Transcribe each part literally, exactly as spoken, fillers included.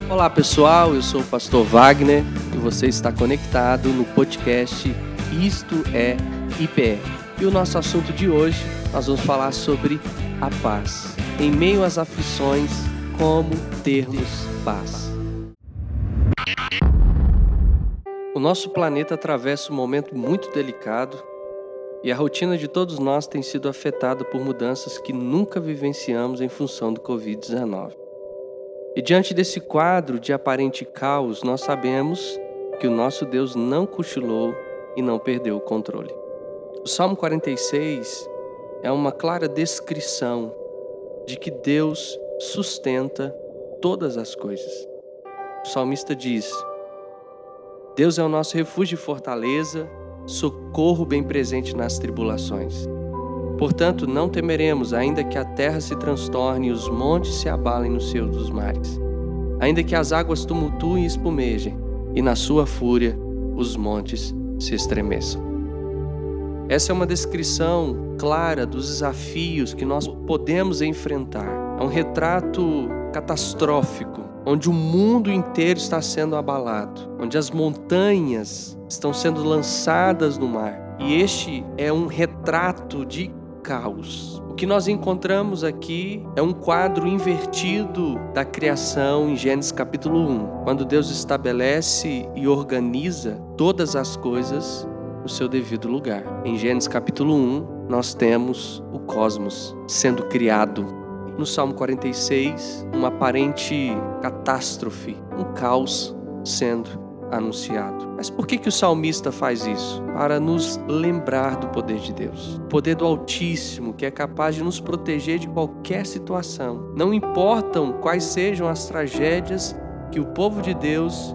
Olá pessoal, eu sou o pastor Wagner e você está conectado no podcast Isto é I P E. E o nosso assunto de hoje, nós vamos falar sobre a paz. Em meio às aflições, como termos paz. O nosso planeta atravessa um momento muito delicado e a rotina de todos nós tem sido afetada por mudanças que nunca vivenciamos em função do covid dezenove. E diante desse quadro de aparente caos, nós sabemos que o nosso Deus não cochilou e não perdeu o controle. O Salmo quarenta e seis é uma clara descrição de que Deus sustenta todas as coisas. O salmista diz: Deus é o nosso refúgio e fortaleza, socorro bem presente nas tribulações. Portanto, não temeremos, ainda que a terra se transtorne e os montes se abalem no seio dos mares. Ainda que as águas tumultuem e espumejem, e na sua fúria os montes se estremeçam. Essa é uma descrição clara dos desafios que nós podemos enfrentar. É um retrato catastrófico, onde o mundo inteiro está sendo abalado, onde as montanhas estão sendo lançadas no mar. E este é um retrato de caos. O que nós encontramos aqui é um quadro invertido da criação em Gênesis capítulo um, quando Deus estabelece e organiza todas as coisas no seu devido lugar. Em Gênesis capítulo um, nós temos o cosmos sendo criado. No Salmo quarenta e seis, uma aparente catástrofe, um caos sendo anunciado. Mas por que que o salmista faz isso? Para nos lembrar do poder de Deus. O poder do Altíssimo, que é capaz de nos proteger de qualquer situação. Não importam quais sejam as tragédias que o povo de Deus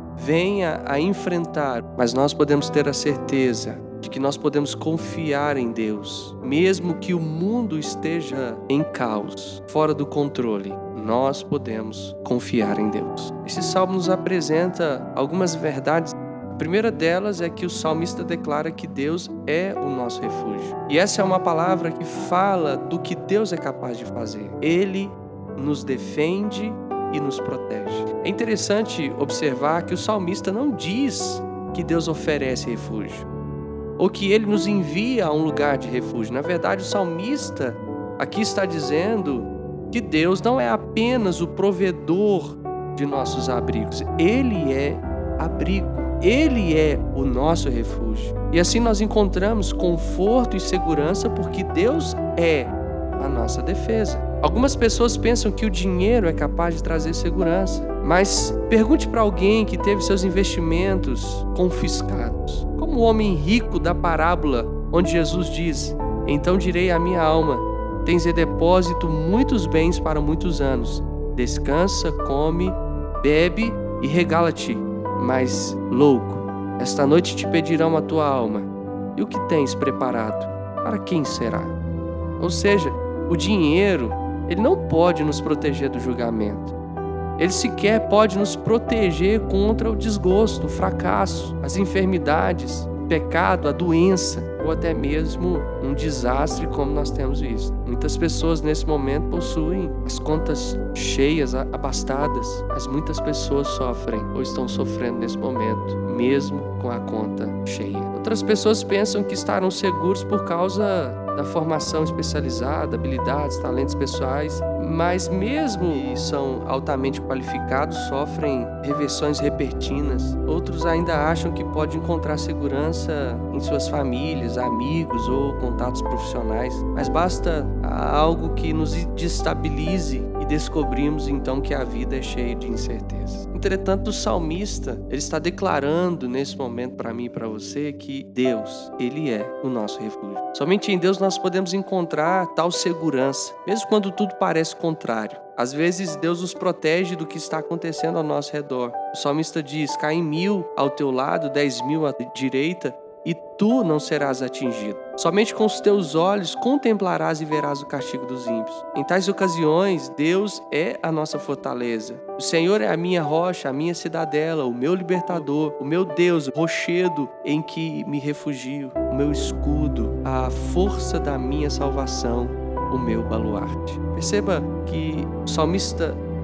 venha a enfrentar, mas nós podemos ter a certeza de que nós podemos confiar em Deus. Mesmo que o mundo esteja em caos, fora do controle, nós podemos confiar em Deus. Esse salmo nos apresenta algumas verdades. A primeira delas é que o salmista declara que Deus é o nosso refúgio. E essa é uma palavra que fala do que Deus é capaz de fazer. Ele nos defende e nos protege. É interessante observar que o salmista não diz que Deus oferece refúgio, ou que Ele nos envia a um lugar de refúgio. Na verdade, o salmista aqui está dizendo que Deus não é apenas o provedor de nossos abrigos. Ele é abrigo. Ele é o nosso refúgio. E assim nós encontramos conforto e segurança porque Deus é a nossa defesa. Algumas pessoas pensam que o dinheiro é capaz de trazer segurança, mas pergunte para alguém que teve seus investimentos confiscados. Como o homem rico da parábola, onde Jesus diz: então direi à minha alma, tens em depósito muitos bens para muitos anos. Descansa, come, bebe e regala-te. Mas, louco, esta noite te pedirão a tua alma. E o que tens preparado? Para quem será? Ou seja, o dinheiro, ele não pode nos proteger do julgamento. Ele sequer pode nos proteger contra o desgosto, o fracasso, as enfermidades, o pecado, a doença ou até mesmo um desastre como nós temos visto. Muitas pessoas nesse momento possuem as contas cheias, abastadas, mas muitas pessoas sofrem ou estão sofrendo nesse momento, mesmo com a conta cheia. Outras pessoas pensam que estarão seguros por causa da formação especializada, habilidades, talentos pessoais, mas mesmo que são altamente qualificados, sofrem reversões repentinas. Outros ainda acham que pode encontrar segurança em suas famílias, amigos ou contatos profissionais, mas basta algo que nos destabilize e descobrimos então que a vida é cheia de incertezas. Entretanto, o salmista, ele está declarando nesse momento para mim e para você que Deus, Ele é o nosso refúgio. Somente em Deus nós podemos encontrar tal segurança, mesmo quando tudo parece contrário. Às vezes Deus nos protege do que está acontecendo ao nosso redor. O salmista diz: caem mil ao teu lado, dez mil à direita, e tu não serás atingido. Somente com os teus olhos contemplarás e verás o castigo dos ímpios. Em tais ocasiões, Deus é a nossa fortaleza. O Senhor é a minha rocha, a minha cidadela, o meu libertador, o meu Deus, o rochedo em que me refugio, o meu escudo, a força da minha salvação, o meu baluarte. Perceba que o salmista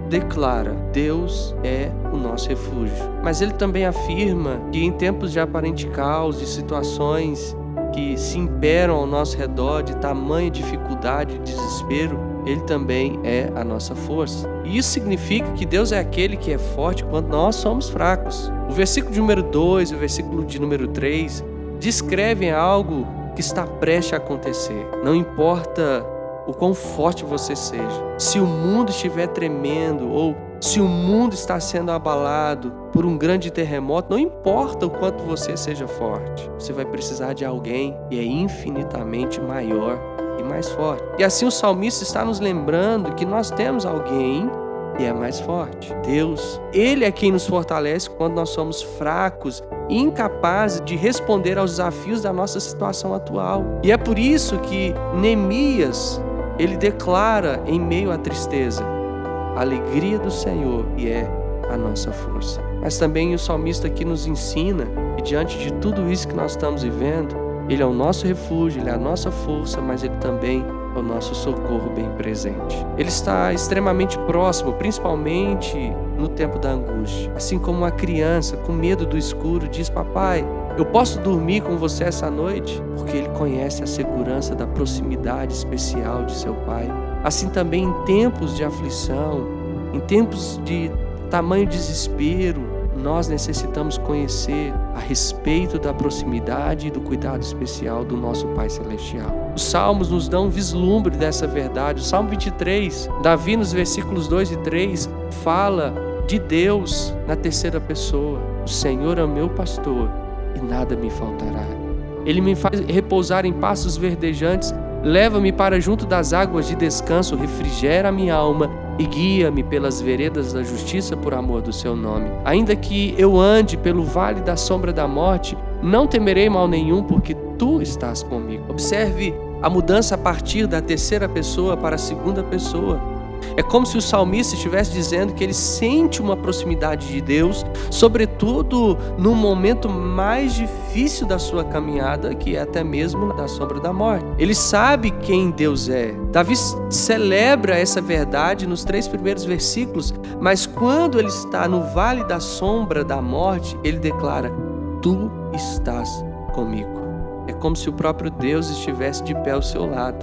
declara: Deus é o nosso refúgio. Mas ele também afirma que em tempos de aparente caos, de situações que se imperam ao nosso redor, de tamanha dificuldade e desespero, ele também é a nossa força. E isso significa que Deus é aquele que é forte quando nós somos fracos. O versículo de número dois e o versículo de número três descrevem algo que está prestes a acontecer. Não importa o quão forte você seja, se o mundo estiver tremendo ou se o mundo está sendo abalado por um grande terremoto, não importa o quanto você seja forte, você vai precisar de alguém que é infinitamente maior e mais forte. E assim o salmista está nos lembrando que nós temos alguém que é mais forte. Deus, Ele é quem nos fortalece quando nós somos fracos e incapazes de responder aos desafios da nossa situação atual. E é por isso que Neemias, ele declara em meio à tristeza: a alegria do Senhor e é a nossa força. Mas também o salmista aqui nos ensina que diante de tudo isso que nós estamos vivendo, Ele é o nosso refúgio, Ele é a nossa força, mas Ele também é o nosso socorro bem presente. Ele está extremamente próximo, principalmente no tempo da angústia. Assim como uma criança com medo do escuro diz: papai, eu posso dormir com você essa noite? Porque ele conhece a segurança da proximidade especial de seu pai. Assim também em tempos de aflição, em tempos de tamanho desespero, nós necessitamos conhecer a respeito da proximidade e do cuidado especial do nosso Pai Celestial. Os Salmos nos dão um vislumbre dessa verdade. O Salmo vinte e três, Davi nos versículos dois e três, fala de Deus na terceira pessoa. O Senhor é o meu pastor e nada me faltará. Ele me faz repousar em pastos verdejantes, leva-me para junto das águas de descanso, refrigera a minha alma e guia-me pelas veredas da justiça por amor do seu nome. Ainda que eu ande pelo vale da sombra da morte, não temerei mal nenhum, porque tu estás comigo. Observe a mudança a partir da terceira pessoa para a segunda pessoa. É como se o salmista estivesse dizendo que ele sente uma proximidade de Deus, sobretudo no momento mais difícil da sua caminhada, que é até mesmo da sombra da morte. Ele sabe quem Deus é. Davi celebra essa verdade nos três primeiros versículos, mas quando ele está no vale da sombra da morte, ele declara: tu estás comigo. É como se o próprio Deus estivesse de pé ao seu lado.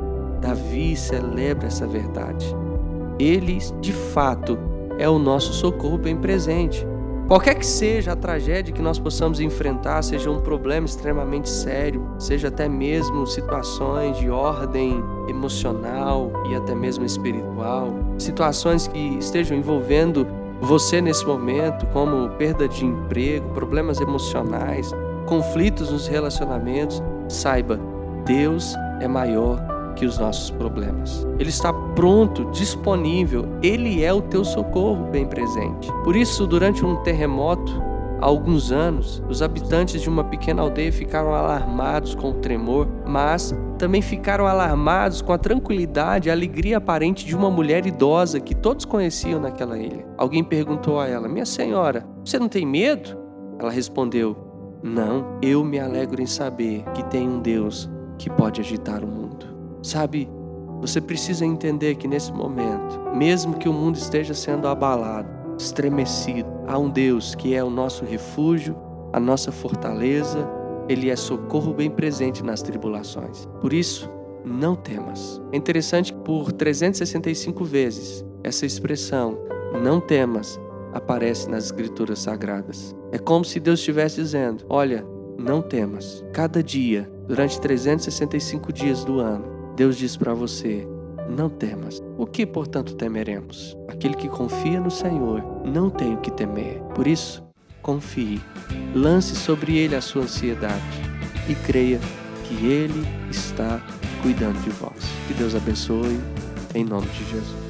Davi celebra essa verdade. Ele, de fato, é o nosso socorro bem presente. Qualquer que seja a tragédia que nós possamos enfrentar, seja um problema extremamente sério, seja até mesmo situações de ordem emocional e até mesmo espiritual, situações que estejam envolvendo você nesse momento, como perda de emprego, problemas emocionais, conflitos nos relacionamentos, saiba, Deus é maior que os nossos problemas. Ele está pronto, disponível. Ele é o teu socorro bem presente. Por isso, durante um terremoto, há alguns anos, os habitantes de uma pequena aldeia ficaram alarmados com o tremor, mas também ficaram alarmados com a tranquilidade e a alegria aparente de uma mulher idosa que todos conheciam naquela ilha. Alguém perguntou a ela: minha senhora, você não tem medo? Ela respondeu: não, eu me alegro em saber que tem um Deus que pode agitar o mundo. Sabe, você precisa entender que nesse momento, mesmo que o mundo esteja sendo abalado, estremecido, há um Deus que é o nosso refúgio, a nossa fortaleza. Ele é socorro bem presente nas tribulações. Por isso, não temas. É interessante que por trezentas e sessenta e cinco vezes essa expressão, não temas, aparece nas escrituras sagradas. É como se Deus estivesse dizendo: olha, não temas. Cada dia, durante trezentos e sessenta e cinco dias do ano, Deus diz para você: não temas. O que, portanto, temeremos? Aquele que confia no Senhor não tem o que temer. Por isso, confie, lance sobre Ele a sua ansiedade e creia que Ele está cuidando de vós. Que Deus abençoe, em nome de Jesus.